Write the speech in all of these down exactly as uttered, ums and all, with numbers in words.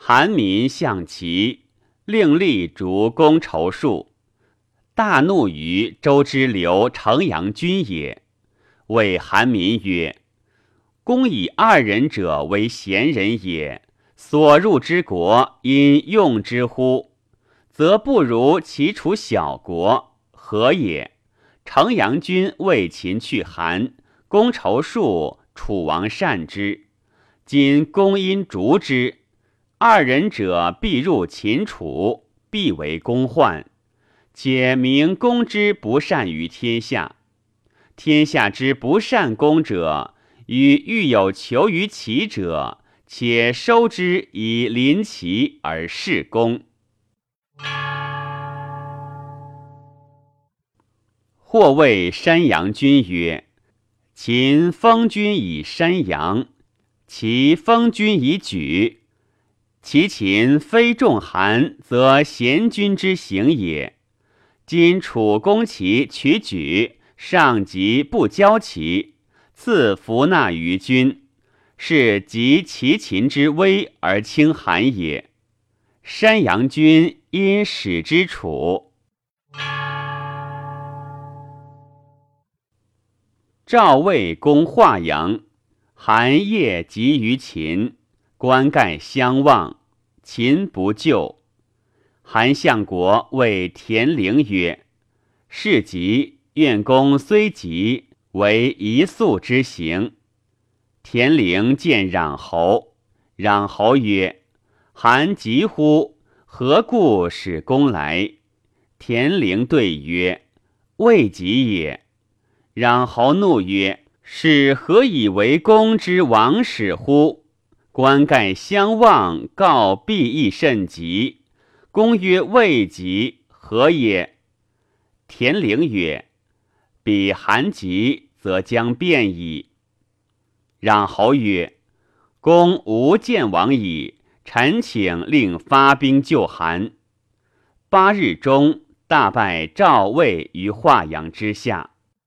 韩民向齐，令立逐公仇数，大怒于周之流城阳君也。谓韩民曰：公以二人者为贤人也，所入之国因用之乎？则不如其处小国，何也？城阳君为秦去韩，公仇数，楚王善之。今公因逐之，二人者必入秦楚，必为公患。且明公之不善于天下，天下之不善公者，与欲有求于齐者，且收之以临齐而事公。或谓山阳君曰：秦封君以山阳，齐封君以莒。其秦非重韩，则贤君之行也。今楚攻齐取莒，上级不交齐，次服纳于君，是及其秦之威而轻韩也。山阳君因使之楚。赵魏攻华阳，韩业急于秦，关盖相望，秦不救。韩相国谓田陵曰：事急，愿公虽急，为一粟之行。田陵见穰侯，穰侯曰：韩急乎？何故使公来？田陵对曰：未急也。穰侯怒曰：是何以为公之王使乎？关盖相望，告必亦甚急。公曰：未急，何也？田陵曰：彼韩急，则将变矣。穰侯曰：公无见王矣，臣请令发兵救韩。八日中，大败赵魏于华阳之下。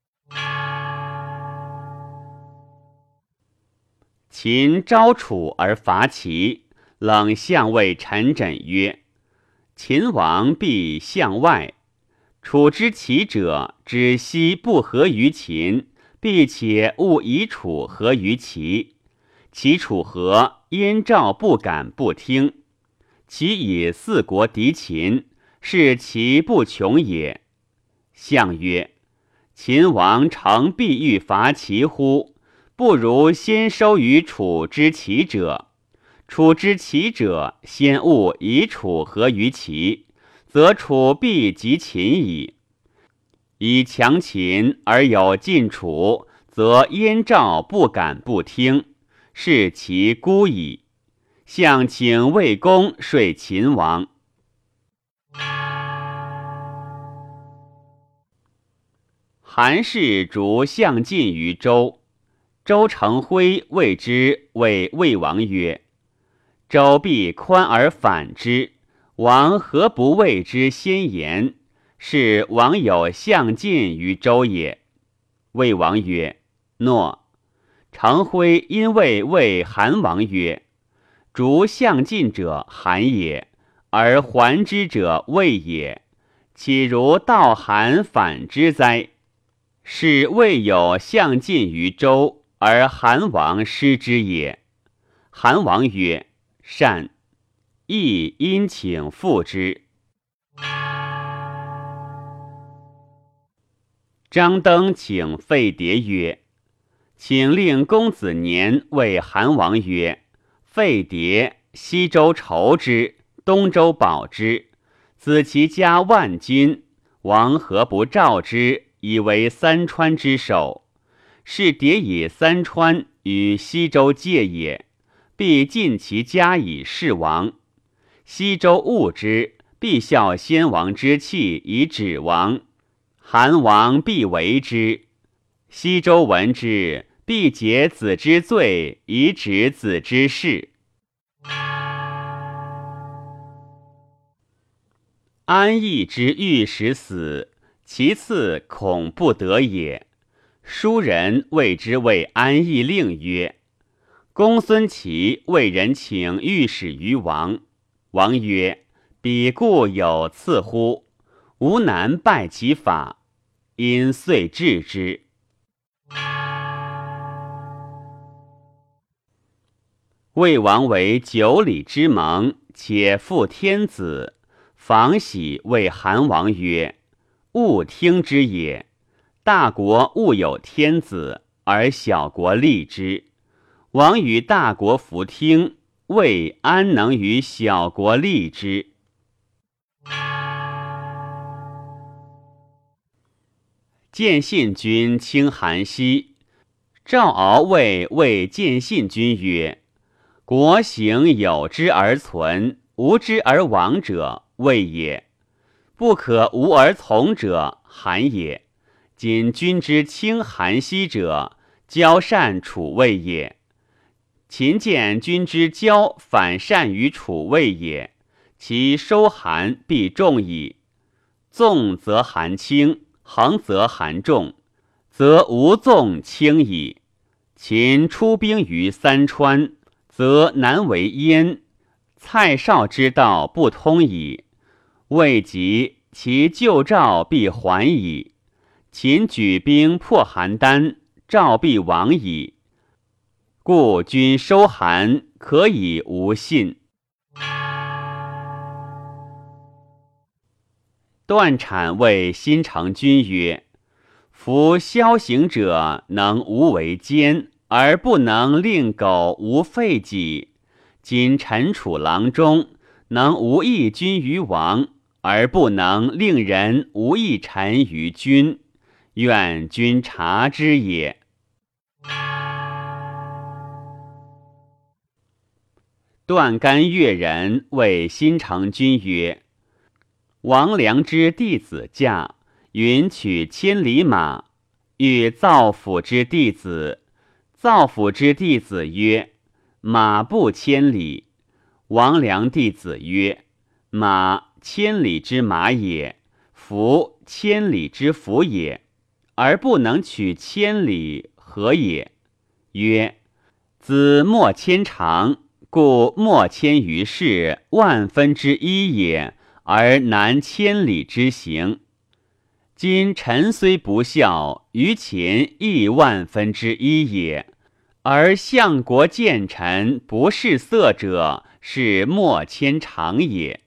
秦招楚而伐齐，冷相谓陈轸曰：秦王必向外，楚之齐者，知西不合于秦，必且勿以楚合于齐。齐楚合，燕赵不敢不听。齐以四国敌秦，是其不穷也。相曰：秦王诚必欲伐齐乎？不如先收于楚之齐者。楚之齐者，先勿以楚合于齐，则楚必及秦矣。以强秦而有尽楚，则燕赵不敢不听，是其孤矣。相请魏公说秦王。韩氏逐项进于周，周成辉谓之谓魏王曰：周必宽而反之，王何不谓之先言？是王有项进于周也。魏王曰：诺。成辉因谓魏韩王曰：逐项进者韩也，而还之者魏也，岂如道韩反之哉？是魏有项进于周，而韩王失之也。韩王曰：善。亦因请复之。张登请废蝶曰：请令公子年谓韩王曰：废蝶，西周仇之，东周保之，子其家万金，王何不召之，以为三川之首？是蝶以三川与西周界也，必尽其家以事王。西周恶之，必效先王之器以止王，韩王必为之。西周闻之，必解子之罪，以止子之事。安邑之欲使死，其次恐不得也。书人谓之谓安邑令曰： 公孙齐为人请御史于王，王曰：彼固有赐乎？吾难拜其法，因遂治之。魏王为九里之盟，且负天子，房喜谓韩王曰：勿听之也。大国勿有天子，而小国立之。王与大国弗听，魏安能与小国立之？建信君轻韩熙，赵敖谓魏建信君曰：国行有之而存，无之而亡者，魏也；不可无而从者，韩也。今君之轻韩熙者，交善楚魏也。秦见君之交反善于楚魏也，其收韩必重矣。纵则韩轻，横则韩重，则无纵轻矣。秦出兵于三川，则南为燕，蔡少之道不通矣。未及，其旧赵必还矣。秦举兵破邯郸，赵必亡矣。故君收韩，可以无信。段产谓新成君曰：夫萧行者，能无为奸，而不能令苟无废己。今陈楚郎中，能无益君于王，而不能令人无益臣于君，愿君察之也。段干越人谓新成君曰：王良之弟子驾，允取千里马，欲造府之弟子。造府之弟子曰：马不千里。王良弟子曰：马千里之马也，夫千里之服也，而不能取千里，何也？曰：子莫千长，故莫千于世万分之一也，而难千里之行。今臣虽不孝，于秦亦万分之一也，而相国见臣不视色者，是莫千长也。